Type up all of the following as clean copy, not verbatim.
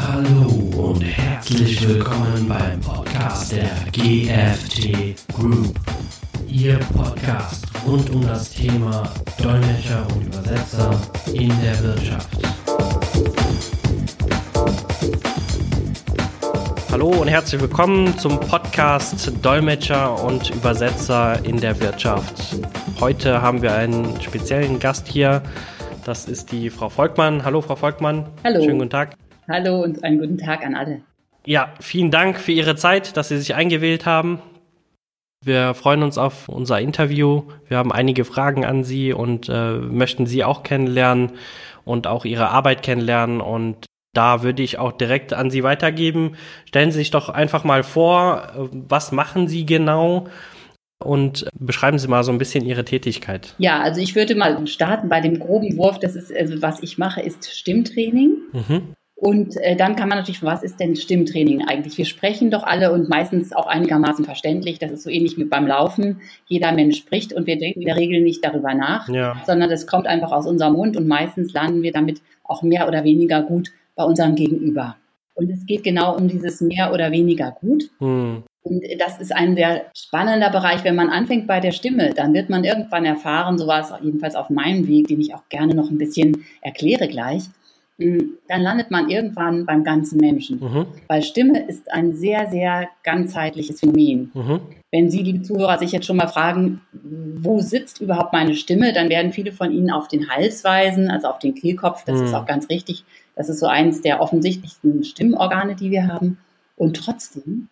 Hallo und herzlich willkommen beim Podcast der GFT Group. Ihr Podcast rund um das Thema Dolmetscher und Übersetzer in der Wirtschaft. Hallo und herzlich willkommen zum Podcast Dolmetscher und Übersetzer in der Wirtschaft. Heute haben wir einen speziellen Gast hier. Das ist die Frau Volkmann. Hallo, Frau Volkmann. Hallo. Schönen guten Tag. Hallo und einen guten Tag an alle. Ja, vielen Dank für Ihre Zeit, dass Sie sich eingewählt haben. Wir freuen uns auf unser Interview. Wir haben einige Fragen an Sie und möchten Sie auch kennenlernen und auch Ihre Arbeit kennenlernen. Und da würde ich auch direkt an Sie weitergeben. Stellen Sie sich doch einfach mal vor, was machen Sie genau? Und beschreiben Sie mal so ein bisschen Ihre Tätigkeit. Ja, also ich würde mal starten bei dem groben Wurf. Das ist, also was ich mache, ist Stimmtraining. Und dann kann man natürlich, was ist denn Stimmtraining eigentlich? Wir sprechen doch alle und meistens auch einigermaßen verständlich. Das ist so ähnlich wie beim Laufen. Jeder Mensch spricht und wir denken in der Regel nicht darüber nach, sondern das kommt einfach aus unserem Mund und meistens landen wir damit auch mehr oder weniger gut bei unserem Gegenüber. Und es geht genau um dieses mehr oder weniger gut. Und das ist ein sehr spannender Bereich. Wenn man anfängt bei der Stimme, dann wird man irgendwann erfahren, so war es jedenfalls auf meinem Weg, den ich auch gerne noch ein bisschen erkläre gleich, dann landet man irgendwann beim ganzen Menschen. Weil Stimme ist ein sehr, sehr ganzheitliches Phänomen. Wenn Sie, liebe Zuhörer, sich jetzt schon mal fragen, wo sitzt überhaupt meine Stimme, dann werden viele von Ihnen auf den Hals weisen, also auf den Kehlkopf. Das ist auch ganz richtig. Das ist so eines der offensichtlichsten Stimmorgane, die wir haben. Und trotzdem,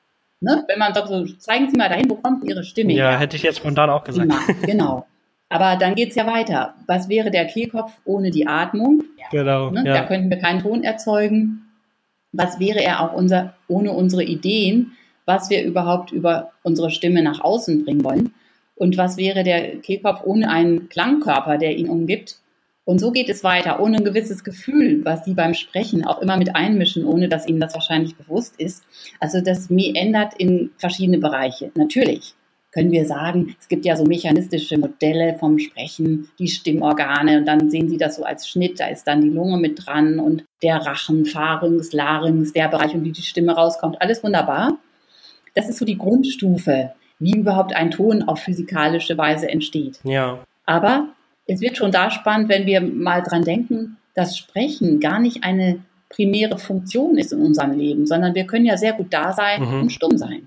ne, wenn man sagt, so, zeigen Sie mal dahin, wo kommt Ihre Stimme her? Ja, hätte ich jetzt spontan auch gesagt. Genau. Aber dann geht's ja weiter. Was wäre der Kehlkopf ohne die Atmung? Genau. Ne? Ja. Da könnten wir keinen Ton erzeugen. Was wäre er auch ohne unsere Ideen, was wir überhaupt über unsere Stimme nach außen bringen wollen? Und was wäre der Kehlkopf ohne einen Klangkörper, der ihn umgibt? Und so geht es weiter, ohne ein gewisses Gefühl, was Sie beim Sprechen auch immer mit einmischen, ohne dass Ihnen das wahrscheinlich bewusst ist. Also das ändert in verschiedene Bereiche. Natürlich können wir sagen, es gibt ja so mechanistische Modelle vom Sprechen, die Stimmorgane, und dann sehen Sie das so als Schnitt, da ist dann die Lunge mit dran und der Rachen, Pharynx, Larynx, der Bereich, um wie die Stimme rauskommt, alles wunderbar. Das ist so die Grundstufe, wie überhaupt ein Ton auf physikalische Weise entsteht. Ja. Aber es wird schon da spannend, wenn wir mal dran denken, dass Sprechen gar nicht eine primäre Funktion ist in unserem Leben, sondern wir können ja sehr gut da sein und stumm sein.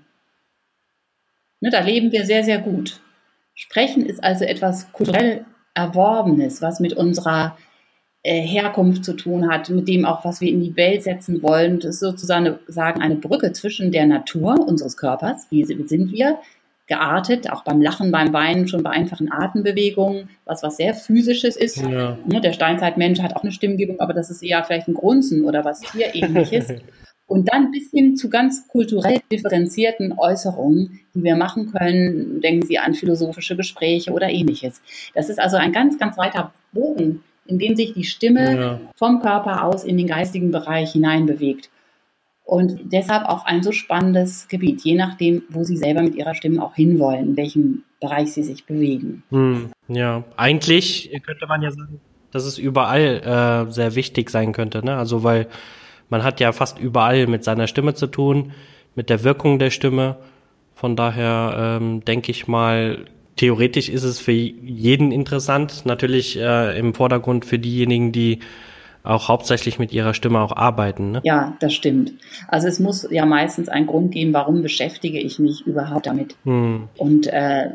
Ne, da leben wir sehr, sehr gut. Sprechen ist also etwas kulturell Erworbenes, was mit unserer Herkunft zu tun hat, mit dem auch, was wir in die Welt setzen wollen. Das ist sozusagen eine Brücke zwischen der Natur unseres Körpers, wie sind wir, geartet, auch beim Lachen, beim Weinen, schon bei einfachen Atembewegungen, was sehr Physisches ist. Ja. Ne, der Steinzeitmensch hat auch eine Stimmgebung, aber das ist eher vielleicht ein Grunzen oder was Tierähnliches. Und dann bis hin zu ganz kulturell differenzierten Äußerungen, die wir machen können. Denken Sie an philosophische Gespräche oder Ähnliches. Das ist also ein ganz, ganz weiter Bogen, in dem sich die Stimme vom Körper aus in den geistigen Bereich hineinbewegt. Und deshalb auch ein so spannendes Gebiet, je nachdem, wo Sie selber mit Ihrer Stimme auch hinwollen, in welchem Bereich Sie sich bewegen. Ja, eigentlich könnte man ja sagen, dass es überall sehr wichtig sein könnte, ne? Also weil man hat ja fast überall mit seiner Stimme zu tun, mit der Wirkung der Stimme. Von daher denke ich mal, theoretisch ist es für jeden interessant. Natürlich im Vordergrund für diejenigen, die auch hauptsächlich mit ihrer Stimme auch arbeiten. Ne? Ja, das stimmt. Also es muss ja meistens einen Grund geben, warum beschäftige ich mich überhaupt damit. Und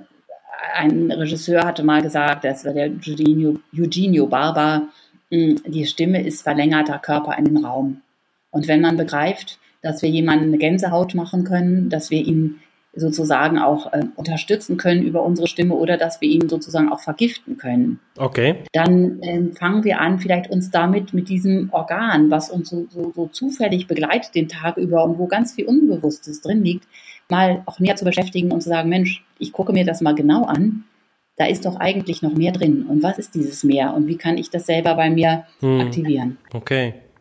ein Regisseur hatte mal gesagt, das war der Eugenio Barba, die Stimme ist verlängerter Körper in den Raum. Und wenn man begreift, dass wir jemanden eine Gänsehaut machen können, dass wir ihn sozusagen auch unterstützen können über unsere Stimme oder dass wir ihn sozusagen auch vergiften können, dann fangen wir an, vielleicht uns damit mit diesem Organ, was uns so zufällig begleitet den Tag über und wo ganz viel Unbewusstes drin liegt, mal auch näher zu beschäftigen und zu sagen, Mensch, ich gucke mir das mal genau an, da ist doch eigentlich noch mehr drin. Und was ist dieses mehr und wie kann ich das selber bei mir aktivieren? Okay.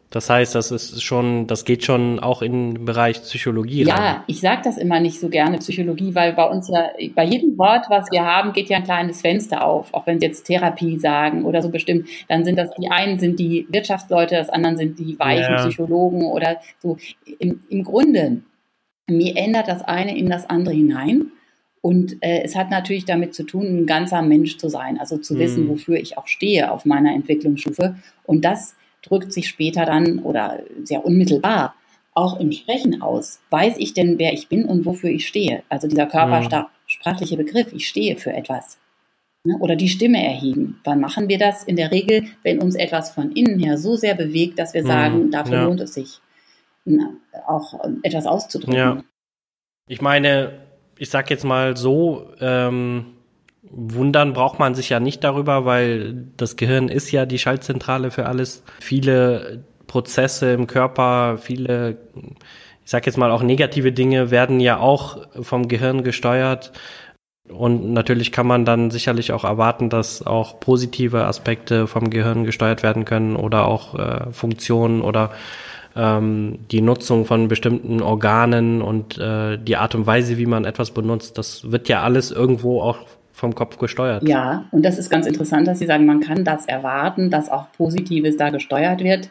Das heißt, das geht schon auch in den Bereich Psychologie rein. Ja, ich sage das immer nicht so gerne, Psychologie, weil bei uns ja, bei jedem Wort, was wir haben, geht ja ein kleines Fenster auf. Auch wenn Sie jetzt Therapie sagen oder so bestimmt, dann sind das, die einen sind die Wirtschaftsleute, das anderen sind die weichen Psychologen oder so. Im Grunde, mir ändert das eine in das andere hinein. Und es hat natürlich damit zu tun, ein ganzer Mensch zu sein, also zu wissen, wofür ich auch stehe auf meiner Entwicklungsstufe. Und das drückt sich später dann oder sehr unmittelbar auch im Sprechen aus. Weiß ich denn, wer ich bin und wofür ich stehe? Also dieser körpersprachliche Begriff, ich stehe für etwas. Ne? Oder die Stimme erheben. Wann machen wir das? In der Regel, wenn uns etwas von innen her so sehr bewegt, dass wir sagen, dafür lohnt es sich, auch etwas auszudrücken. Ja. Ich meine, ich sag jetzt mal so, wundern braucht man sich ja nicht darüber, weil das Gehirn ist ja die Schaltzentrale für alles. Viele Prozesse im Körper, ich sag jetzt mal auch negative Dinge werden ja auch vom Gehirn gesteuert. Und natürlich kann man dann sicherlich auch erwarten, dass auch positive Aspekte vom Gehirn gesteuert werden können oder auch Funktionen oder die Nutzung von bestimmten Organen und die Art und Weise, wie man etwas benutzt. Das wird ja alles irgendwo auch vom Kopf gesteuert. Ja, und das ist ganz interessant, dass Sie sagen, man kann das erwarten, dass auch Positives da gesteuert wird.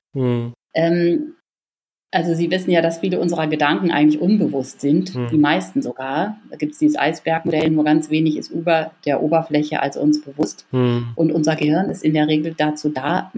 Also Sie wissen ja, dass viele unserer Gedanken eigentlich unbewusst sind, die meisten sogar. Da gibt es dieses Eisbergmodell, nur ganz wenig ist über der Oberfläche als uns bewusst. Und unser Gehirn ist in der Regel dazu da,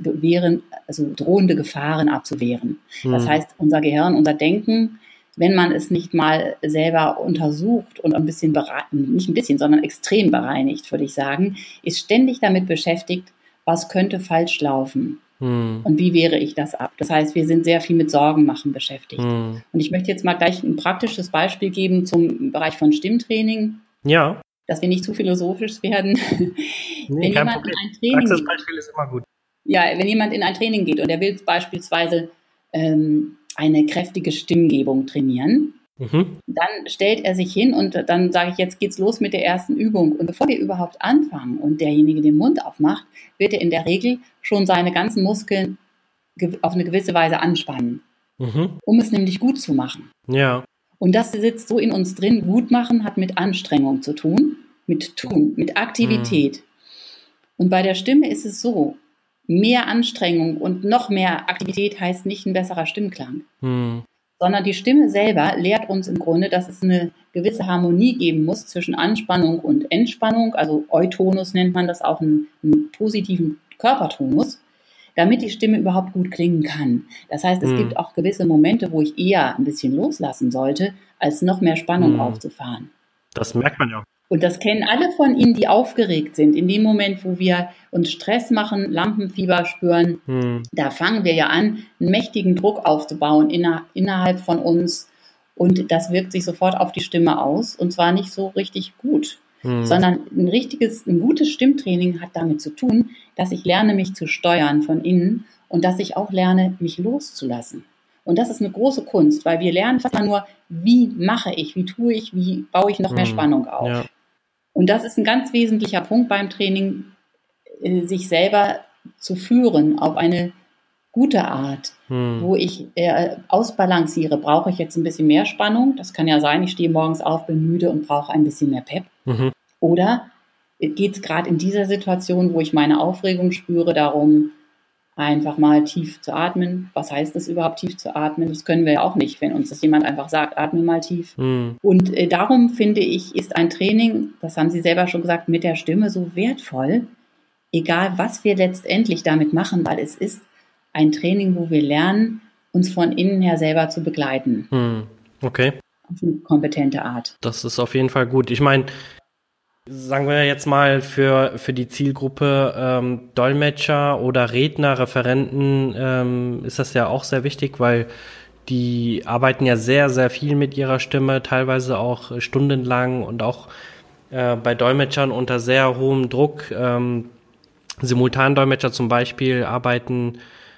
drohende Gefahren abzuwehren. Das heißt, unser Gehirn, unser Denken, wenn man es nicht mal selber untersucht und ein bisschen nicht ein bisschen, sondern extrem bereinigt, würde ich sagen, ist ständig damit beschäftigt, was könnte falsch laufen und wie wehre ich das ab. Das heißt, wir sind sehr viel mit Sorgen machen beschäftigt. Und ich möchte jetzt mal gleich ein praktisches Beispiel geben zum Bereich von Stimmtraining. Ja. Dass wir nicht zu philosophisch werden. Nee, kein Problem. Praxisbeispiel ist immer gut. Ja, wenn jemand in ein Training geht und er will beispielsweise eine kräftige Stimmgebung trainieren, dann stellt er sich hin und dann sage ich, jetzt geht's los mit der ersten Übung. Und bevor wir überhaupt anfangen und derjenige den Mund aufmacht, wird er in der Regel schon seine ganzen Muskeln auf eine gewisse Weise anspannen, um es nämlich gut zu machen. Ja. Und das sitzt so in uns drin. Gut machen hat mit Anstrengung zu tun, mit Aktivität. Und bei der Stimme ist es so, mehr Anstrengung und noch mehr Aktivität heißt nicht ein besserer Stimmklang, sondern die Stimme selber lehrt uns im Grunde, dass es eine gewisse Harmonie geben muss zwischen Anspannung und Entspannung, also Eutonus nennt man das, auch einen positiven Körpertonus, damit die Stimme überhaupt gut klingen kann. Das heißt, es gibt auch gewisse Momente, wo ich eher ein bisschen loslassen sollte, als noch mehr Spannung aufzufahren. Das merkt man ja auch. Und das kennen alle von Ihnen, die aufgeregt sind. In dem Moment, wo wir uns Stress machen, Lampenfieber spüren, da fangen wir ja an, einen mächtigen Druck aufzubauen innerhalb von uns. Und das wirkt sich sofort auf die Stimme aus. Und zwar nicht so richtig gut, sondern ein gutes Stimmtraining hat damit zu tun, dass ich lerne, mich zu steuern von innen und dass ich auch lerne, mich loszulassen. Und das ist eine große Kunst, weil wir lernen fast nur, wie mache ich, wie tue ich, wie baue ich noch mehr Spannung auf. Ja. Und das ist ein ganz wesentlicher Punkt beim Training, sich selber zu führen auf eine gute Art, wo ich ausbalanciere. Brauche ich jetzt ein bisschen mehr Spannung? Das kann ja sein, ich stehe morgens auf, bin müde und brauche ein bisschen mehr Pep. Oder geht es gerade in dieser Situation, wo ich meine Aufregung spüre, darum, einfach mal tief zu atmen. Was heißt es überhaupt, tief zu atmen? Das können wir ja auch nicht, wenn uns das jemand einfach sagt, atme mal tief. Und darum finde ich, ist ein Training, das haben Sie selber schon gesagt, mit der Stimme so wertvoll, egal was wir letztendlich damit machen, weil es ist ein Training, wo wir lernen, uns von innen her selber zu begleiten. Okay. Auf eine kompetente Art. Das ist auf jeden Fall gut. Ich meine, sagen wir jetzt mal für die Zielgruppe Dolmetscher oder Redner, Referenten ist das ja auch sehr wichtig, weil die arbeiten ja sehr, sehr viel mit ihrer Stimme, teilweise auch stundenlang und auch bei Dolmetschern unter sehr hohem Druck. Simultandolmetscher zum Beispiel arbeiten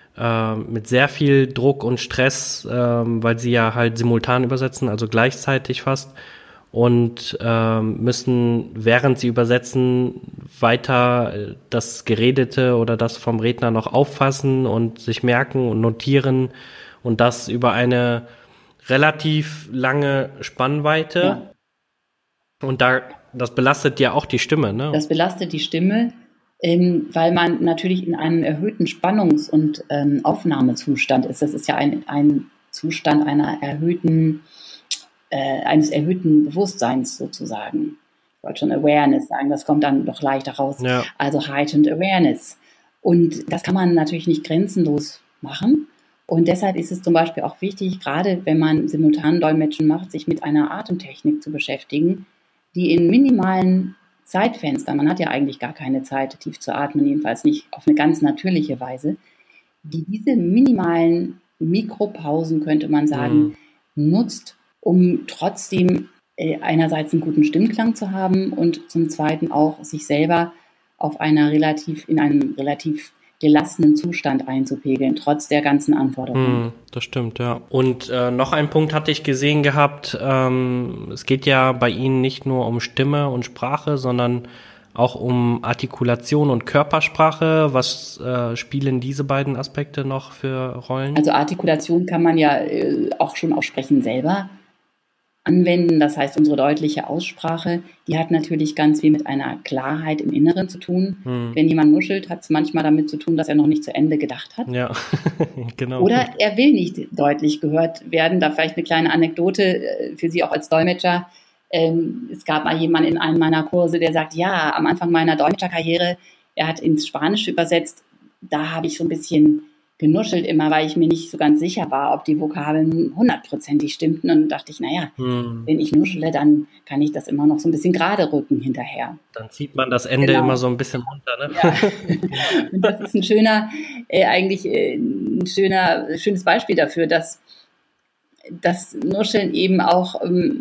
mit sehr viel Druck und Stress, weil sie ja halt simultan übersetzen, also gleichzeitig fast. und müssen, während sie übersetzen, weiter das Geredete oder das vom Redner noch auffassen und sich merken und notieren und das über eine relativ lange Spannweite. Ja. Und das belastet ja auch die Stimme, ne? Das belastet die Stimme, weil man natürlich in einem erhöhten Spannungs- und Aufnahmezustand ist. Das ist ja ein Zustand eines erhöhten Bewusstseins sozusagen. Ich wollte schon Awareness sagen, das kommt dann doch leichter raus. Ja. Also Heightened Awareness. Und das kann man natürlich nicht grenzenlos machen. Und deshalb ist es zum Beispiel auch wichtig, gerade wenn man Simultandolmetschen macht, sich mit einer Atemtechnik zu beschäftigen, die in minimalen Zeitfenstern, man hat ja eigentlich gar keine Zeit, tief zu atmen, jedenfalls nicht auf eine ganz natürliche Weise, die diese minimalen Mikropausen, könnte man sagen, nutzt, um trotzdem einerseits einen guten Stimmklang zu haben und zum Zweiten auch sich selber in einem relativ gelassenen Zustand einzupegeln, trotz der ganzen Anforderungen. Das stimmt, ja. Und noch ein Punkt hatte ich gesehen gehabt, es geht ja bei Ihnen nicht nur um Stimme und Sprache, sondern auch um Artikulation und Körpersprache. Was spielen diese beiden Aspekte noch für Rollen? Also Artikulation kann man ja auch schon auf Sprechen selber anwenden. Das heißt, unsere deutliche Aussprache, die hat natürlich ganz viel mit einer Klarheit im Inneren zu tun. Wenn jemand nuschelt, hat es manchmal damit zu tun, dass er noch nicht zu Ende gedacht hat. Ja, genau. Oder er will nicht deutlich gehört werden. Da vielleicht eine kleine Anekdote für Sie auch als Dolmetscher. Es gab mal jemanden in einem meiner Kurse, der sagt, ja, am Anfang meiner Dolmetscherkarriere, er hat ins Spanische übersetzt, da habe ich so ein bisschen genuschelt immer, weil ich mir nicht so ganz sicher war, ob die Vokabeln 100%ig stimmten. Und dachte ich, naja, wenn ich nuschele, dann kann ich das immer noch so ein bisschen gerade rücken hinterher. Dann zieht man das Ende immer so ein bisschen runter, ne? Ja. Und das ist ein schönes Beispiel dafür, dass das Nuscheln eben auch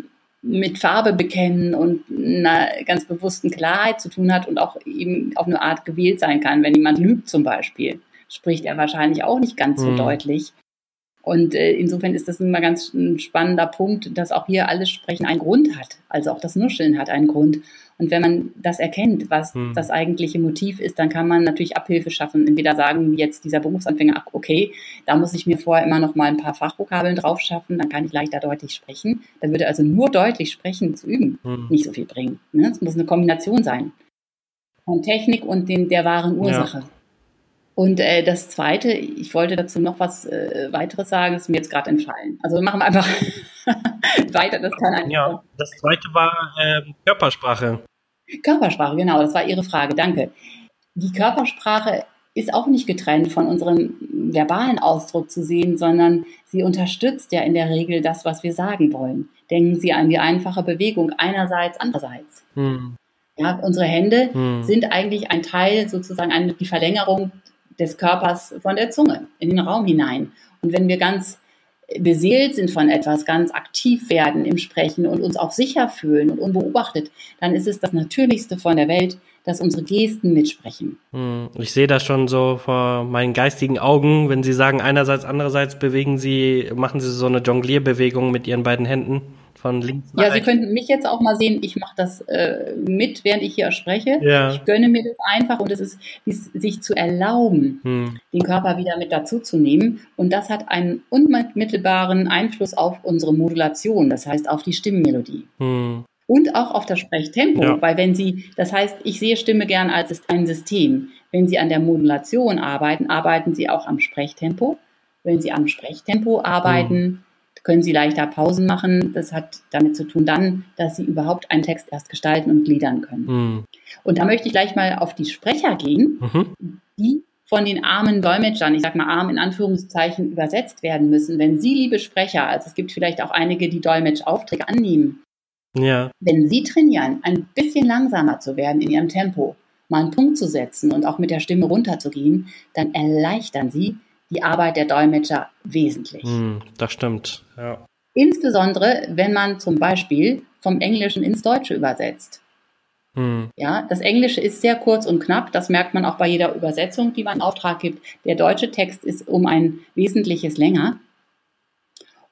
mit Farbe bekennen und einer ganz bewussten Klarheit zu tun hat und auch eben auf eine Art gewählt sein kann. Wenn jemand lügt zum Beispiel, spricht er wahrscheinlich auch nicht ganz so deutlich. Und insofern ist das immer ganz ein spannender Punkt, dass auch hier alles Sprechen einen Grund hat. Also auch das Nuscheln hat einen Grund. Und wenn man das erkennt, was das eigentliche Motiv ist, dann kann man natürlich Abhilfe schaffen. Entweder sagen jetzt dieser Berufsanfänger, ach okay, da muss ich mir vorher immer noch mal ein paar Fachvokabeln drauf schaffen, dann kann ich leichter deutlich sprechen. Dann würde also nur deutlich sprechen zu üben nicht so viel bringen. Ne? Es muss eine Kombination sein von Technik und der wahren Ursache. Ja. Und das Zweite, ich wollte dazu noch was weiteres sagen, ist mir jetzt gerade entfallen. Also machen wir einfach weiter, das kann eigentlich. Ja, das Zweite war Körpersprache. Körpersprache, genau, das war Ihre Frage, danke. Die Körpersprache ist auch nicht getrennt von unserem verbalen Ausdruck zu sehen, sondern sie unterstützt ja in der Regel das, was wir sagen wollen. Denken Sie an die einfache Bewegung einerseits, andererseits. Ja, unsere Hände sind eigentlich ein Teil, sozusagen die Verlängerung des Körpers von der Zunge in den Raum hinein. Und wenn wir ganz beseelt sind von etwas, ganz aktiv werden im Sprechen und uns auch sicher fühlen und unbeobachtet, dann ist es das Natürlichste von der Welt, dass unsere Gesten mitsprechen. Ich sehe das schon so vor meinen geistigen Augen, wenn Sie sagen einerseits, andererseits machen Sie so eine Jonglierbewegung mit Ihren beiden Händen. Von links nach rechts. Sie könnten mich jetzt auch mal sehen, ich mache das mit, während ich hier spreche. Ja. Ich gönne mir das einfach und es ist, sich zu erlauben, den Körper wieder mit dazu zu nehmen. Und das hat einen unmittelbaren Einfluss auf unsere Modulation, das heißt auf die Stimmmelodie. Und auch auf das Sprechtempo, weil das heißt, ich sehe Stimme gern als ein System. Wenn Sie an der Modulation arbeiten, arbeiten Sie auch am Sprechtempo. Wenn Sie am Sprechtempo arbeiten, können Sie leichter Pausen machen. Das hat damit zu tun dann, dass Sie überhaupt einen Text erst gestalten und gliedern können. Und da möchte ich gleich mal auf die Sprecher gehen, die von den armen Dolmetschern, ich sage mal arm in Anführungszeichen, übersetzt werden müssen. Wenn Sie, liebe Sprecher, also es gibt vielleicht auch einige, die Dolmetschaufträge annehmen, wenn Sie trainieren, ein bisschen langsamer zu werden in Ihrem Tempo, mal einen Punkt zu setzen und auch mit der Stimme runterzugehen, dann erleichtern Sie die Arbeit der Dolmetscher wesentlich. Das stimmt, ja. Insbesondere, wenn man zum Beispiel vom Englischen ins Deutsche übersetzt. Ja, das Englische ist sehr kurz und knapp, das merkt man auch bei jeder Übersetzung, die man in Auftrag gibt. Der deutsche Text ist um ein Wesentliches länger.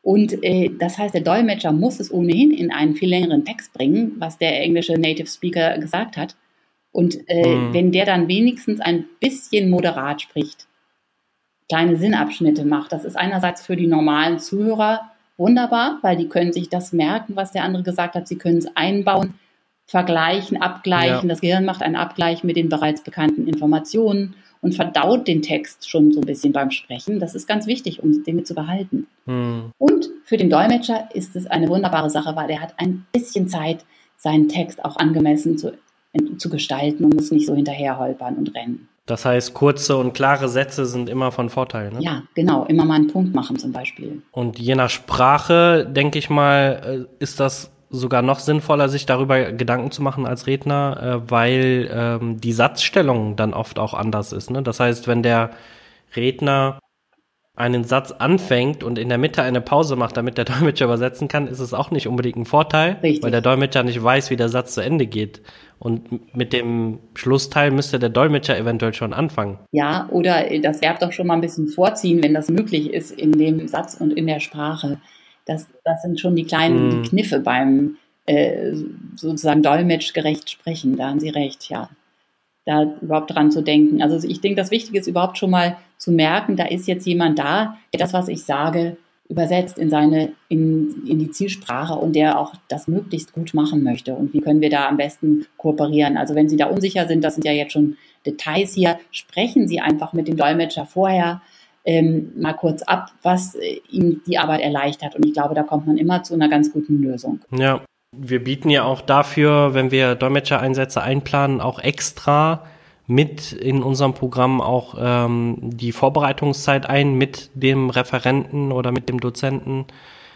Und das heißt, der Dolmetscher muss es ohnehin in einen viel längeren Text bringen, was der englische Native Speaker gesagt hat. Und wenn der dann wenigstens ein bisschen moderat spricht, kleine Sinnabschnitte macht, das ist einerseits für die normalen Zuhörer wunderbar, weil die können sich das merken, was der andere gesagt hat. Sie können es einbauen, vergleichen, abgleichen. Ja. Das Gehirn macht einen Abgleich mit den bereits bekannten Informationen und verdaut den Text schon so ein bisschen beim Sprechen. Das ist ganz wichtig, um Dinge zu behalten. Und für den Dolmetscher ist es eine wunderbare Sache, weil er hat ein bisschen Zeit, seinen Text auch angemessen zu gestalten und muss nicht so hinterher holpern und rennen. Das heißt, kurze und klare Sätze sind immer von Vorteil, ne? Ja, genau. Immer mal einen Punkt machen zum Beispiel. Und je nach Sprache, denke ich mal, ist das sogar noch sinnvoller, sich darüber Gedanken zu machen als Redner, weil die Satzstellung dann oft auch anders ist, ne? Das heißt, wenn der Redner einen Satz anfängt und in der Mitte eine Pause macht, damit der Dolmetscher übersetzen kann, ist es auch nicht unbedingt ein Vorteil, richtig, weil der Dolmetscher nicht weiß, wie der Satz zu Ende geht. Und mit dem Schlussteil müsste der Dolmetscher eventuell schon anfangen. Ja, oder das Verb doch schon mal ein bisschen vorziehen, wenn das möglich ist in dem Satz und in der Sprache. Das sind schon die kleinen die Kniffe beim sozusagen dolmetschgerecht sprechen. Da haben Sie recht, ja. Da überhaupt dran zu denken. Also ich denke, das Wichtige ist überhaupt schon mal zu merken, da ist jetzt jemand da, der das, was ich sage, übersetzt in die Zielsprache und der auch das möglichst gut machen möchte. Und wie können wir da am besten kooperieren? Also wenn Sie da unsicher sind, das sind ja jetzt schon Details hier, sprechen Sie einfach mit dem Dolmetscher vorher mal kurz ab, was ihm die Arbeit erleichtert. Und ich glaube, da kommt man immer zu einer ganz guten Lösung. Ja. Wir bieten ja auch dafür, wenn wir Dolmetschereinsätze einplanen, auch extra mit in unserem Programm auch die Vorbereitungszeit ein mit dem Referenten oder mit dem Dozenten,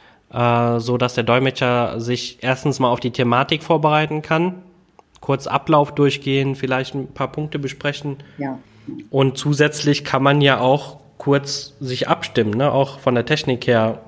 so dass der Dolmetscher sich erstens mal auf die Thematik vorbereiten kann, kurz Ablauf durchgehen, vielleicht ein paar Punkte besprechen. Ja. Und zusätzlich kann man ja auch kurz sich abstimmen, ne? Auch von der Technik her.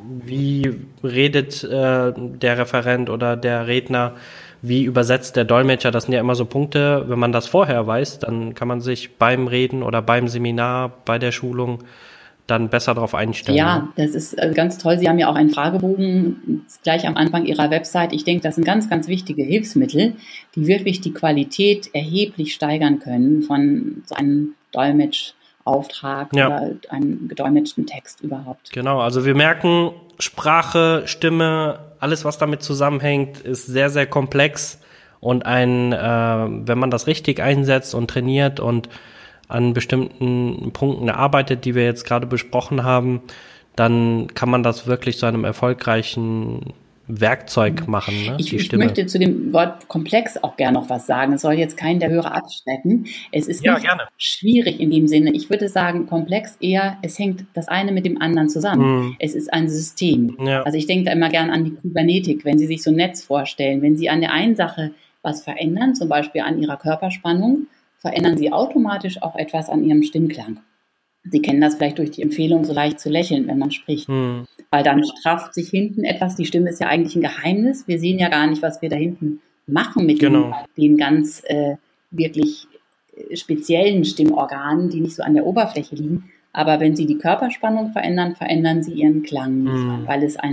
Wie redet der Referent oder der Redner, wie übersetzt der Dolmetscher? Das sind ja immer so Punkte, wenn man das vorher weiß, dann kann man sich beim Reden oder beim Seminar, bei der Schulung dann besser darauf einstellen. Ja, das ist ganz toll. Sie haben ja auch einen Fragebogen gleich am Anfang Ihrer Website. Ich denke, das sind ganz, ganz wichtige Hilfsmittel, die wirklich die Qualität erheblich steigern können von so einem Dolmetschauftrag oder einen gedolmetschten Text überhaupt. Genau, also wir merken, Sprache, Stimme, alles, was damit zusammenhängt, ist sehr, sehr komplex und wenn man das richtig einsetzt und trainiert und an bestimmten Punkten arbeitet, die wir jetzt gerade besprochen haben, dann kann man das wirklich zu einem erfolgreichen Werkzeug machen, ne? Ich möchte zu dem Wort komplex auch gerne noch was sagen. Es soll jetzt keinen der Hörer abschrecken. Es ist nicht schwierig in dem Sinne. Ich würde sagen, komplex eher, es hängt das eine mit dem anderen zusammen. Es ist ein System. Ja. Also ich denke da immer gern an die Kybernetik, wenn Sie sich so ein Netz vorstellen. Wenn Sie an der einen Sache was verändern, zum Beispiel an Ihrer Körperspannung, verändern Sie automatisch auch etwas an Ihrem Stimmklang. Sie kennen das vielleicht durch die Empfehlung, so leicht zu lächeln, wenn man spricht. Weil dann strafft sich hinten etwas. Die Stimme ist ja eigentlich ein Geheimnis. Wir sehen ja gar nicht, was wir da hinten machen mit den ganz wirklich speziellen Stimmorganen, die nicht so an der Oberfläche liegen. Aber wenn Sie die Körperspannung verändern, verändern Sie Ihren Klang, weil es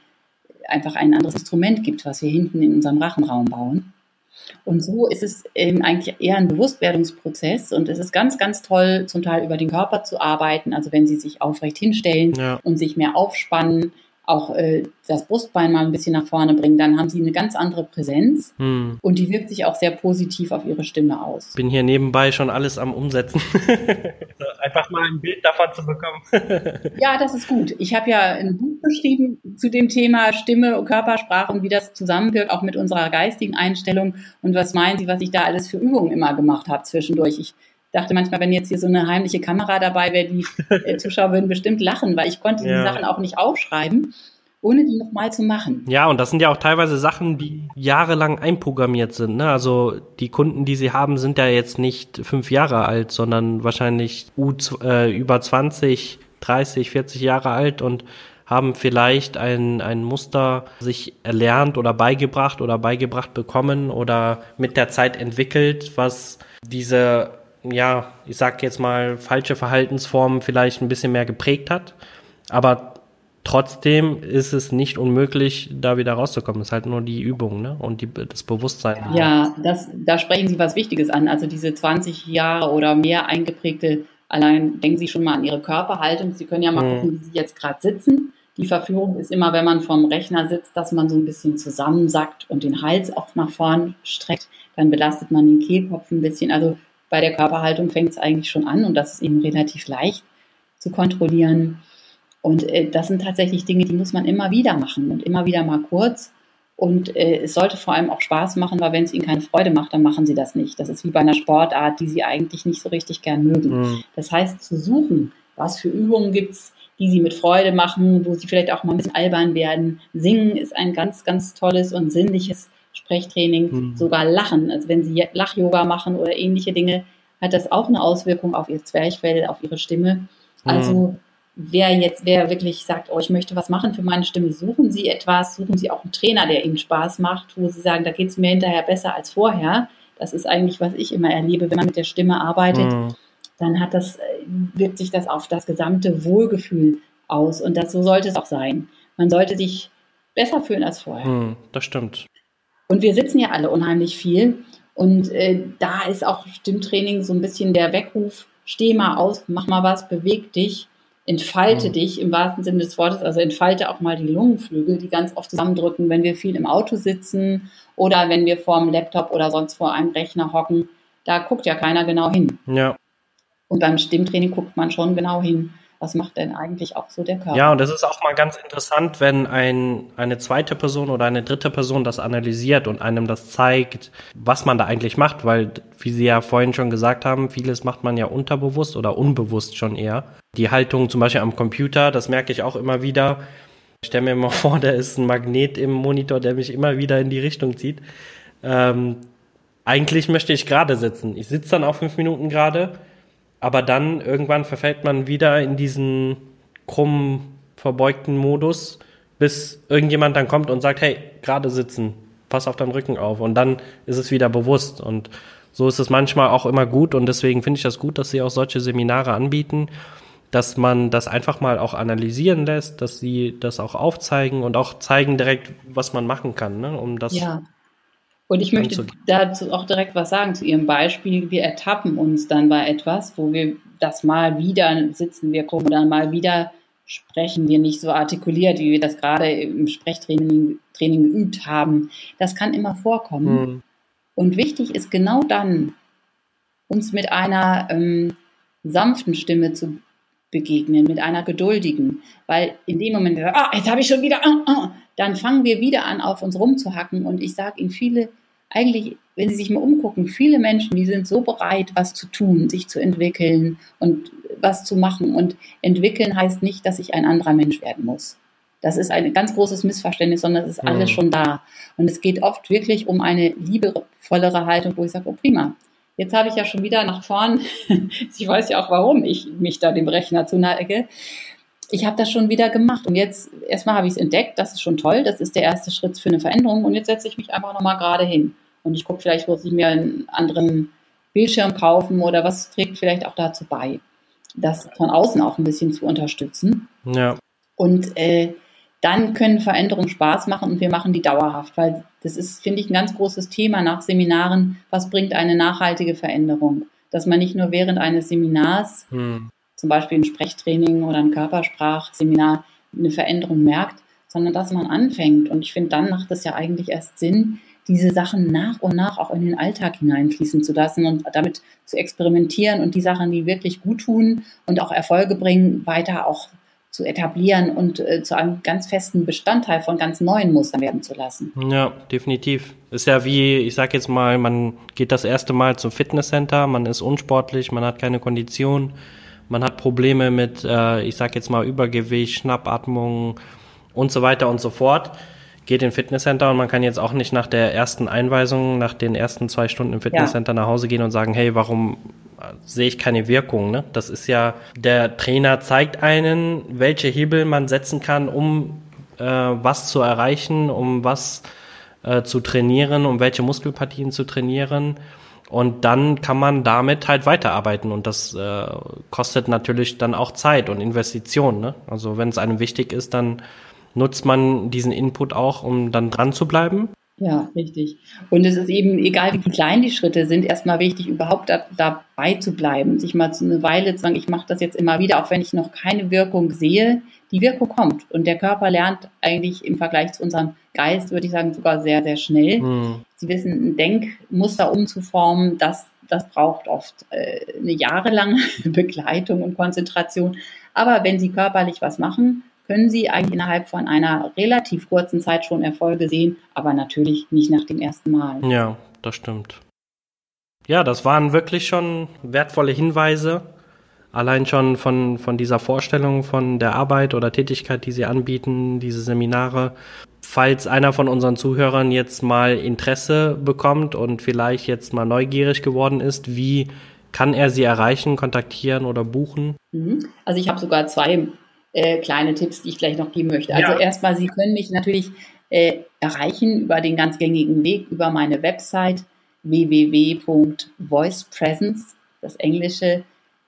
einfach ein anderes Instrument gibt, was wir hinten in unserem Rachenraum bauen. Und so ist es eigentlich eher ein Bewusstwerdungsprozess und es ist ganz, ganz toll, zum Teil über den Körper zu arbeiten. Also wenn Sie sich aufrecht hinstellen und sich mehr aufspannen, auch das Brustbein mal ein bisschen nach vorne bringen, dann haben Sie eine ganz andere Präsenz und die wirkt sich auch sehr positiv auf Ihre Stimme aus. Bin hier nebenbei schon alles am Umsetzen. Einfach mal ein Bild davon zu bekommen. Ja, das ist gut. Ich habe ja ein Buch geschrieben zu dem Thema Stimme und Körpersprache und wie das zusammenwirkt, auch mit unserer geistigen Einstellung. Und was meinen Sie, was ich da alles für Übungen immer gemacht habe zwischendurch? Ich dachte manchmal, wenn jetzt hier so eine heimliche Kamera dabei wäre, die Zuschauer würden bestimmt lachen, weil ich konnte die Sachen auch nicht aufschreiben, ohne die nochmal zu machen. Ja, und das sind ja auch teilweise Sachen, die jahrelang einprogrammiert sind, ne? Also die Kunden, die Sie haben, sind ja jetzt nicht 5 Jahre alt, sondern wahrscheinlich über 20, 30, 40 Jahre alt und haben vielleicht ein Muster sich erlernt oder beigebracht bekommen oder mit der Zeit entwickelt, was diese, ja, ich sag jetzt mal, falsche Verhaltensformen vielleicht ein bisschen mehr geprägt hat. Aber trotzdem ist es nicht unmöglich, da wieder rauszukommen. Es ist halt nur die Übung, ne? Und das Bewusstsein. Ja, da sprechen Sie was Wichtiges an. Also diese 20 Jahre oder mehr eingeprägte, allein denken Sie schon mal an Ihre Körperhaltung. Sie können ja mal gucken, wie Sie jetzt gerade sitzen. Die Verführung ist immer, wenn man vorm Rechner sitzt, dass man so ein bisschen zusammensackt und den Hals auch nach vorn streckt. Dann belastet man den Kehlkopf ein bisschen. Also bei der Körperhaltung fängt es eigentlich schon an und das ist eben relativ leicht zu kontrollieren. Und das sind tatsächlich Dinge, die muss man immer wieder machen und immer wieder mal kurz. Und es sollte vor allem auch Spaß machen, weil wenn es Ihnen keine Freude macht, dann machen Sie das nicht. Das ist wie bei einer Sportart, die Sie eigentlich nicht so richtig gern mögen. Das heißt, zu suchen, was für Übungen gibt's, die Sie mit Freude machen, wo Sie vielleicht auch mal ein bisschen albern werden. Singen ist ein ganz, ganz tolles und sinnliches Sprechtraining. Sogar Lachen, also wenn Sie Lach-Yoga machen oder ähnliche Dinge, hat das auch eine Auswirkung auf Ihr Zwerchfell, auf Ihre Stimme. Also wer wirklich sagt, oh, ich möchte was machen für meine Stimme, suchen Sie etwas, suchen Sie auch einen Trainer, der Ihnen Spaß macht, wo Sie sagen, da geht es mir hinterher besser als vorher. Das ist eigentlich, was ich immer erlebe, wenn man mit der Stimme arbeitet, dann wirkt sich das auf das gesamte Wohlgefühl aus. Und so sollte es auch sein. Man sollte sich besser fühlen als vorher. Das stimmt. Und wir sitzen ja alle unheimlich viel. Und da ist auch Stimmtraining so ein bisschen der Weckruf, steh mal aus, mach mal was, beweg dich. Entfalte dich im wahrsten Sinne des Wortes, also entfalte auch mal die Lungenflügel, die ganz oft zusammendrücken, wenn wir viel im Auto sitzen oder wenn wir vor dem Laptop oder sonst vor einem Rechner hocken. Da guckt ja keiner genau hin. Ja. Und beim Stimmtraining guckt man schon genau hin. Was macht denn eigentlich auch so der Körper? Ja, und das ist auch mal ganz interessant, wenn eine zweite Person oder eine dritte Person das analysiert und einem das zeigt, was man da eigentlich macht, weil, wie Sie ja vorhin schon gesagt haben, vieles macht man ja unterbewusst oder unbewusst schon eher. Die Haltung zum Beispiel am Computer, das merke ich auch immer wieder. Ich stelle mir immer vor, da ist ein Magnet im Monitor, der mich immer wieder in die Richtung zieht. Eigentlich möchte ich gerade sitzen. Ich sitze dann auch 5 Minuten gerade. Aber dann irgendwann verfällt man wieder in diesen krummen, verbeugten Modus, bis irgendjemand dann kommt und sagt, hey, gerade sitzen, pass auf deinen Rücken auf. Und dann ist es wieder bewusst. Und so ist es manchmal auch immer gut. Und deswegen finde ich das gut, dass Sie auch solche Seminare anbieten, dass man das einfach mal auch analysieren lässt, dass Sie das auch aufzeigen und auch zeigen direkt, was man machen kann, ne, um das. Ja. Und ich möchte dazu auch direkt was sagen zu Ihrem Beispiel. Wir ertappen uns dann bei etwas, wo wir das mal wieder sitzen, wir gucken dann mal wieder, sprechen wir nicht so artikuliert, wie wir das gerade im Sprechtraining geübt haben. Das kann immer vorkommen. Und wichtig ist genau dann, uns mit einer sanften Stimme zu begegnen, mit einer geduldigen. Weil in dem Moment, jetzt habe ich schon wieder, dann fangen wir wieder an, auf uns rumzuhacken. Und ich sage Ihnen, eigentlich, wenn Sie sich mal umgucken, viele Menschen, die sind so bereit, was zu tun, sich zu entwickeln und was zu machen. Und entwickeln heißt nicht, dass ich ein anderer Mensch werden muss. Das ist ein ganz großes Missverständnis, sondern es ist alles schon da. Und es geht oft wirklich um eine liebevollere Haltung, wo ich sage, oh prima, jetzt habe ich ja schon wieder nach vorn, ich weiß ja auch, warum ich mich da dem Rechner zuneige, ich habe das schon wieder gemacht und jetzt, erstmal habe ich es entdeckt, das ist schon toll, das ist der erste Schritt für eine Veränderung und jetzt setze ich mich einfach nochmal gerade hin und ich gucke vielleicht, muss ich mir einen anderen Bildschirm kaufen oder was trägt vielleicht auch dazu bei, das von außen auch ein bisschen zu unterstützen. Ja. Und dann können Veränderungen Spaß machen und wir machen die dauerhaft, weil das ist, finde ich, ein ganz großes Thema nach Seminaren, was bringt eine nachhaltige Veränderung, dass man nicht nur während eines Seminars zum Beispiel ein Sprechtraining oder ein Körpersprachseminar eine Veränderung merkt, sondern dass man anfängt. Und ich finde, dann macht es ja eigentlich erst Sinn, diese Sachen nach und nach auch in den Alltag hineinfließen zu lassen und damit zu experimentieren und die Sachen, die wirklich gut tun und auch Erfolge bringen, weiter auch zu etablieren und zu einem ganz festen Bestandteil von ganz neuen Mustern werden zu lassen. Ja, definitiv. Ist ja wie, ich sag jetzt mal, man geht das erste Mal zum Fitnesscenter, man ist unsportlich, man hat keine Kondition, man hat Probleme mit, ich sag jetzt mal, Übergewicht, Schnappatmung und so weiter und so fort. Geht in Fitnesscenter und man kann jetzt auch nicht nach der ersten Einweisung, nach den ersten 2 Stunden im Fitnesscenter nach Hause gehen und sagen, hey, warum sehe ich keine Wirkung, ne? Das ist ja, der Trainer zeigt einen, welche Hebel man setzen kann, um was zu erreichen, um was zu trainieren, um welche Muskelpartien zu trainieren. Und dann kann man damit halt weiterarbeiten und das kostet natürlich dann auch Zeit und Investition, ne? Also wenn es einem wichtig ist, dann nutzt man diesen Input auch, um dann dran zu bleiben. Ja, richtig. Und es ist eben, egal wie klein die Schritte sind, erstmal wichtig, überhaupt dabei zu bleiben, sich mal eine Weile zu sagen, ich mache das jetzt immer wieder, auch wenn ich noch keine Wirkung sehe. Die Wirkung kommt und der Körper lernt eigentlich im Vergleich zu unserem Geist, würde ich sagen, sogar sehr, sehr schnell. Sie wissen, ein Denkmuster umzuformen, das braucht oft eine jahrelange Begleitung und Konzentration. Aber wenn Sie körperlich was machen, können Sie eigentlich innerhalb von einer relativ kurzen Zeit schon Erfolge sehen, aber natürlich nicht nach dem ersten Mal. Ja, das stimmt. Ja, das waren wirklich schon wertvolle Hinweise. Allein schon von dieser Vorstellung von der Arbeit oder Tätigkeit, die Sie anbieten, diese Seminare. Falls einer von unseren Zuhörern jetzt mal Interesse bekommt und vielleicht jetzt mal neugierig geworden ist, wie kann er Sie erreichen, kontaktieren oder buchen? Also ich habe sogar 2 kleine Tipps, die ich gleich noch geben möchte. Also erstmal, Sie können mich natürlich erreichen über den ganz gängigen Weg, über meine Website www.voicepresence, das englische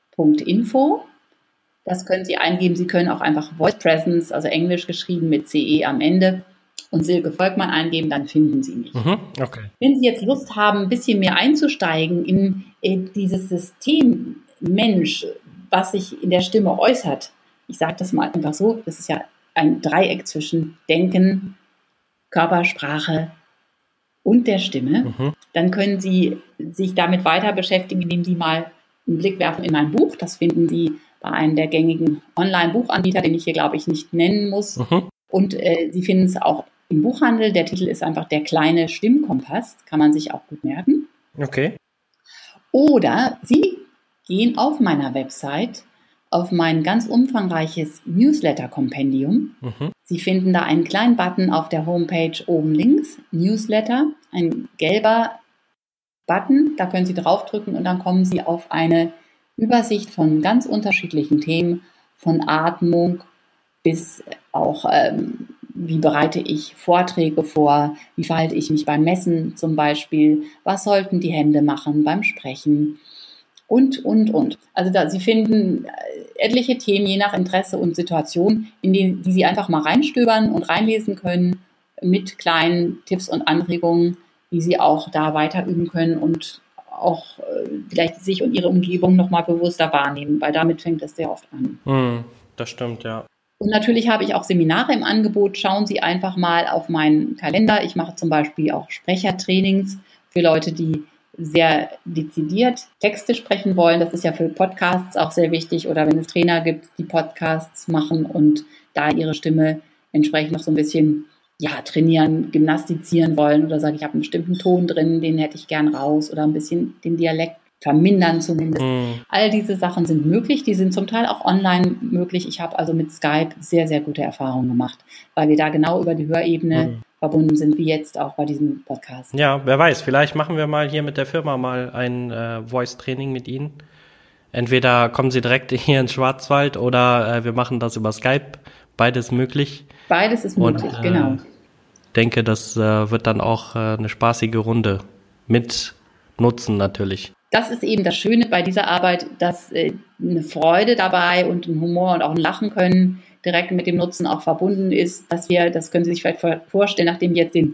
.info. Das können Sie eingeben. Sie können auch einfach Voice Presence, also Englisch geschrieben mit CE am Ende, und Silke Volkmann eingeben, dann finden Sie mich. Okay. Wenn Sie jetzt Lust haben, ein bisschen mehr einzusteigen in dieses System Mensch, was sich in der Stimme äußert, ich sage das mal einfach so, das ist ja ein Dreieck zwischen Denken, Körpersprache und der Stimme, dann können Sie sich damit weiter beschäftigen, indem Sie mal einen Blick werfen in mein Buch. Das finden Sie bei einem der gängigen Online-Buchanbieter, den ich hier, glaube ich, nicht nennen muss. Und Sie finden es auch im Buchhandel. Der Titel ist einfach Der kleine Stimmkompass. Kann man sich auch gut merken. Okay. Oder Sie gehen auf meiner Website auf mein ganz umfangreiches Newsletter-Kompendium. Sie finden da einen kleinen Button auf der Homepage oben links, Newsletter, ein gelber Button, da können Sie draufdrücken und dann kommen Sie auf eine Übersicht von ganz unterschiedlichen Themen, von Atmung bis auch, wie bereite ich Vorträge vor, wie verhalte ich mich beim Messen zum Beispiel, was sollten die Hände machen beim Sprechen und. Also Sie finden etliche Themen, je nach Interesse und Situation, die Sie einfach mal reinstöbern und reinlesen können, mit kleinen Tipps und Anregungen, wie Sie auch da weiter üben können und auch vielleicht sich und Ihre Umgebung nochmal bewusster wahrnehmen, weil damit fängt es sehr oft an. Das stimmt, ja. Und natürlich habe ich auch Seminare im Angebot. Schauen Sie einfach mal auf meinen Kalender. Ich mache zum Beispiel auch Sprechertrainings für Leute, die sehr dezidiert Texte sprechen wollen. Das ist ja für Podcasts auch sehr wichtig. Oder wenn es Trainer gibt, die Podcasts machen und da ihre Stimme entsprechend noch so ein bisschen trainieren, gymnastizieren wollen oder sagen, ich habe einen bestimmten Ton drin, den hätte ich gern raus oder ein bisschen den Dialekt vermindern zumindest. All diese Sachen sind möglich, die sind zum Teil auch online möglich. Ich habe also mit Skype sehr, sehr gute Erfahrungen gemacht, weil wir da genau über die Hörebene verbunden sind, wie jetzt auch bei diesem Podcast. Ja, wer weiß, vielleicht machen wir mal hier mit der Firma mal ein Voice-Training mit Ihnen. Entweder kommen Sie direkt hier ins Schwarzwald oder wir machen das über Skype. Beides möglich. Beides ist möglich, genau. Ich denke, das wird dann auch eine spaßige Runde mit Nutzen natürlich. Das ist eben das Schöne bei dieser Arbeit, dass eine Freude dabei und ein Humor und auch ein Lachen können direkt mit dem Nutzen auch verbunden ist, dass wir, das können Sie sich vielleicht vorstellen, nachdem ich jetzt den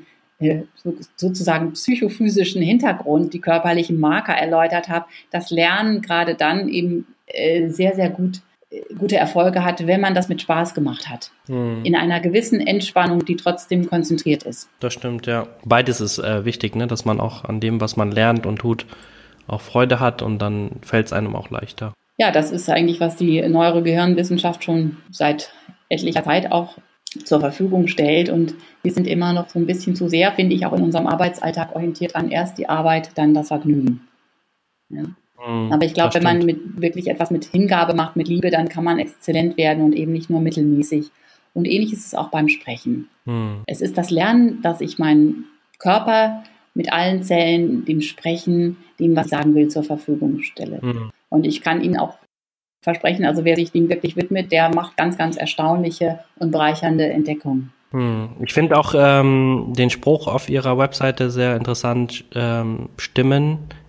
sozusagen psychophysischen Hintergrund, die körperlichen Marker erläutert habe, das Lernen gerade dann eben sehr, sehr gute Erfolge hat, wenn man das mit Spaß gemacht hat. In einer gewissen Entspannung, die trotzdem konzentriert ist. Das stimmt, ja. Beides ist wichtig, ne? Dass man auch an dem, was man lernt und tut, auch Freude hat und dann fällt es einem auch leichter. Ja, das ist eigentlich, was die Neurogehirnwissenschaft schon seit etlicher Zeit auch zur Verfügung stellt. Und wir sind immer noch so ein bisschen zu sehr, finde ich, auch in unserem Arbeitsalltag orientiert an erst die Arbeit, dann das Vergnügen. Ja. Aber ich glaube, wenn man wirklich etwas mit Hingabe macht, mit Liebe, dann kann man exzellent werden und eben nicht nur mittelmäßig. Und ähnlich ist es auch beim Sprechen. Es ist das Lernen, dass ich meinen Körper mit allen Zellen, dem Sprechen, dem, was ich sagen will, zur Verfügung stelle. Und ich kann Ihnen auch versprechen, also wer sich dem wirklich widmet, der macht ganz, ganz erstaunliche und bereichernde Entdeckungen. Ich finde auch den Spruch auf Ihrer Webseite sehr interessant, Stimmen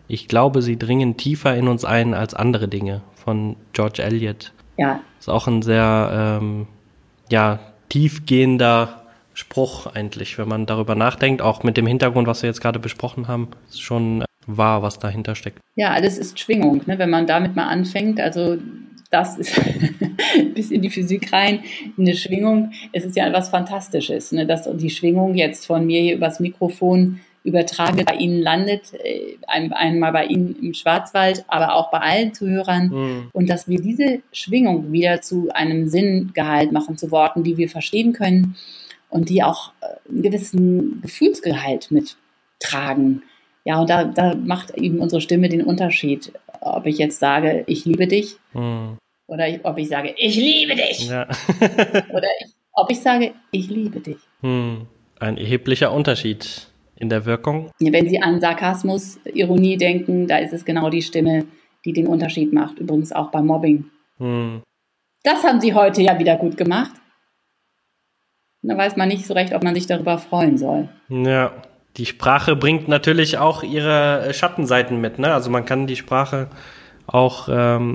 Ich glaube, sie dringen tiefer in uns ein als andere Dinge von George Eliot. Ja. Ist auch ein sehr tiefgehender Spruch eigentlich, wenn man darüber nachdenkt, auch mit dem Hintergrund, was wir jetzt gerade besprochen haben, ist schon wahr, was dahinter steckt. Ja, alles ist Schwingung, ne? Wenn man damit mal anfängt, also das ist bis in die Physik rein, eine Schwingung, es ist ja etwas Fantastisches, ne? Dass die Schwingung jetzt von mir hier übers Mikrofon übertragen bei Ihnen landet, einmal bei Ihnen im Schwarzwald, aber auch bei allen Zuhörern und dass wir diese Schwingung wieder zu einem Sinngehalt machen, zu Worten, die wir verstehen können und die auch einen gewissen Gefühlsgehalt mittragen. Ja, und da macht eben unsere Stimme den Unterschied, ob ich jetzt sage, ich liebe dich oder ob ich sage, ich liebe dich oder ob ich sage, ich liebe dich. Ein erheblicher Unterschied in der Wirkung. Wenn Sie an Sarkasmus, Ironie denken, da ist es genau die Stimme, die den Unterschied macht. Übrigens auch beim Mobbing. Das haben Sie heute ja wieder gut gemacht. Da weiß man nicht so recht, ob man sich darüber freuen soll. Ja, die Sprache bringt natürlich auch ihre Schattenseiten mit, ne? Also man kann die Sprache auch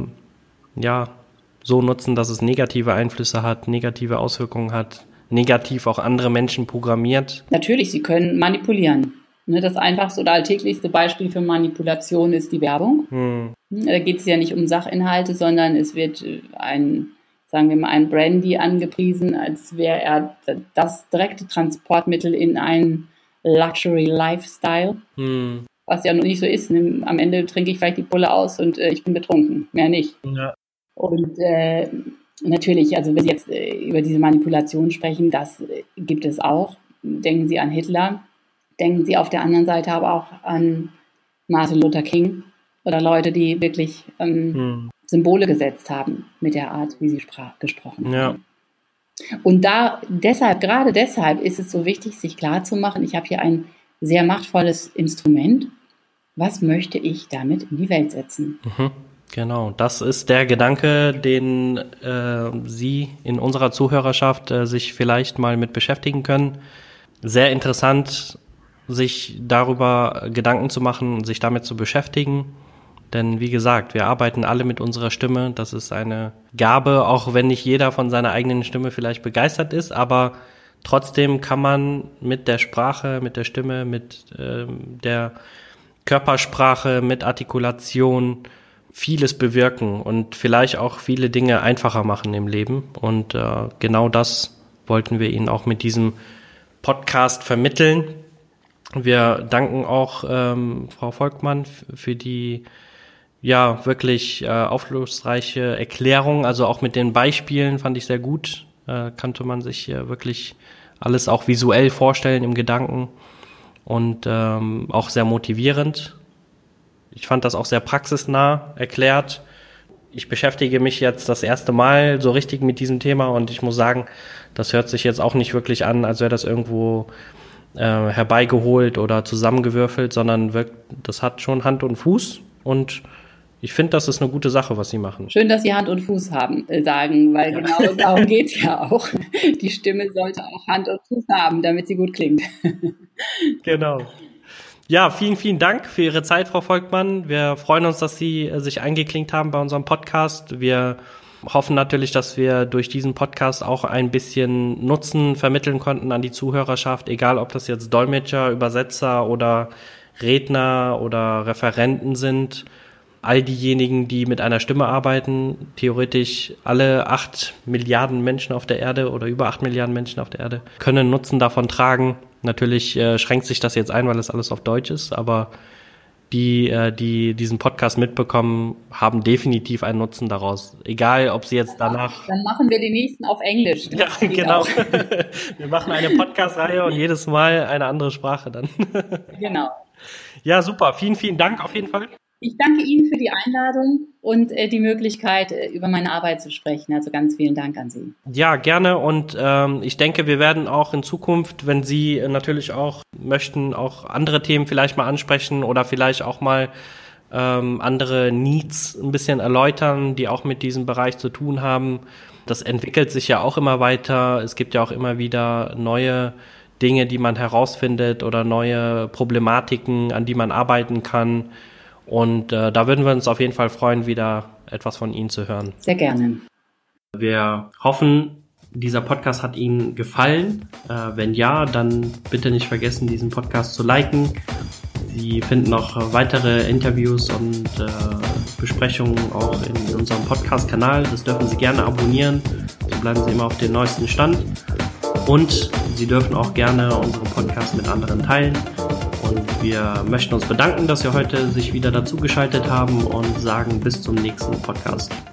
so nutzen, dass es negative Einflüsse hat, negative Auswirkungen hat, negativ auch andere Menschen programmiert. Natürlich, sie können manipulieren. Das einfachste oder alltäglichste Beispiel für Manipulation ist die Werbung. Da geht es ja nicht um Sachinhalte, sondern es wird ein Brandy angepriesen, als wäre er das direkte Transportmittel in einen Luxury Lifestyle. Was ja noch nicht so ist. Am Ende trinke ich vielleicht die Pulle aus und ich bin betrunken. Mehr nicht. Ja. Und natürlich, also wenn Sie jetzt über diese Manipulation sprechen, das gibt es auch. Denken Sie an Hitler, denken Sie auf der anderen Seite aber auch an Martin Luther King oder Leute, die wirklich Symbole gesetzt haben mit der Art, wie sie gesprochen haben. Und gerade deshalb ist es so wichtig, sich klarzumachen, ich habe hier ein sehr machtvolles Instrument. Was möchte ich damit in die Welt setzen? Genau, das ist der Gedanke, den Sie in unserer Zuhörerschaft sich vielleicht mal mit beschäftigen können. Sehr interessant, sich darüber Gedanken zu machen, sich damit zu beschäftigen. Denn wie gesagt, wir arbeiten alle mit unserer Stimme. Das ist eine Gabe, auch wenn nicht jeder von seiner eigenen Stimme vielleicht begeistert ist. Aber trotzdem kann man mit der Sprache, mit der Stimme, mit der Körpersprache, mit Artikulation vieles bewirken und vielleicht auch viele Dinge einfacher machen im Leben. Und genau das wollten wir Ihnen auch mit diesem Podcast vermitteln. Wir danken auch Frau Volkmann für die wirklich aufschlussreiche Erklärung. Also auch mit den Beispielen fand ich sehr gut. Konnte man sich wirklich alles auch visuell vorstellen im Gedanken und auch sehr motivierend. Ich fand das auch sehr praxisnah erklärt. Ich beschäftige mich jetzt das erste Mal so richtig mit diesem Thema und ich muss sagen, das hört sich jetzt auch nicht wirklich an, als wäre das irgendwo herbeigeholt oder zusammengewürfelt, sondern das hat schon Hand und Fuß und ich finde, das ist eine gute Sache, was Sie machen. Schön, dass Sie Hand und Fuß sagen, weil genau darum geht es ja auch. Die Stimme sollte auch Hand und Fuß haben, damit sie gut klingt. Genau. Ja, vielen, vielen Dank für Ihre Zeit, Frau Volkmann. Wir freuen uns, dass Sie sich eingeklinkt haben bei unserem Podcast. Wir hoffen natürlich, dass wir durch diesen Podcast auch ein bisschen Nutzen vermitteln konnten an die Zuhörerschaft, egal ob das jetzt Dolmetscher, Übersetzer oder Redner oder Referenten sind. All diejenigen, die mit einer Stimme arbeiten, theoretisch alle 8 Milliarden Menschen auf der Erde oder über 8 Milliarden Menschen auf der Erde, können Nutzen davon tragen. Natürlich schränkt sich das jetzt ein, weil das alles auf Deutsch ist, aber die diesen Podcast mitbekommen, haben definitiv einen Nutzen daraus. Egal, ob sie jetzt danach... Dann machen wir den nächsten auf Englisch. Ja, genau. Wir machen eine Podcast-Reihe und jedes Mal eine andere Sprache dann. Genau. Ja, super. Vielen, vielen Dank auf jeden Fall. Ich danke Ihnen für die Einladung und die Möglichkeit, über meine Arbeit zu sprechen. Also ganz vielen Dank an Sie. Ja, gerne. Und ich denke, wir werden auch in Zukunft, wenn Sie natürlich auch möchten, auch andere Themen vielleicht mal ansprechen oder vielleicht auch mal andere Needs ein bisschen erläutern, die auch mit diesem Bereich zu tun haben. Das entwickelt sich ja auch immer weiter. Es gibt ja auch immer wieder neue Dinge, die man herausfindet oder neue Problematiken, an die man arbeiten kann. Und da würden wir uns auf jeden Fall freuen, wieder etwas von Ihnen zu hören. Sehr gerne. Wir hoffen, dieser Podcast hat Ihnen gefallen. Wenn ja, dann bitte nicht vergessen, diesen Podcast zu liken. Sie finden noch weitere Interviews und Besprechungen auch in unserem Podcast-Kanal. Das dürfen Sie gerne abonnieren. So bleiben Sie immer auf dem neuesten Stand. Und Sie dürfen auch gerne unseren Podcast mit anderen teilen. Und wir möchten uns bedanken, dass Sie heute sich wieder dazugeschaltet haben und sagen bis zum nächsten Podcast.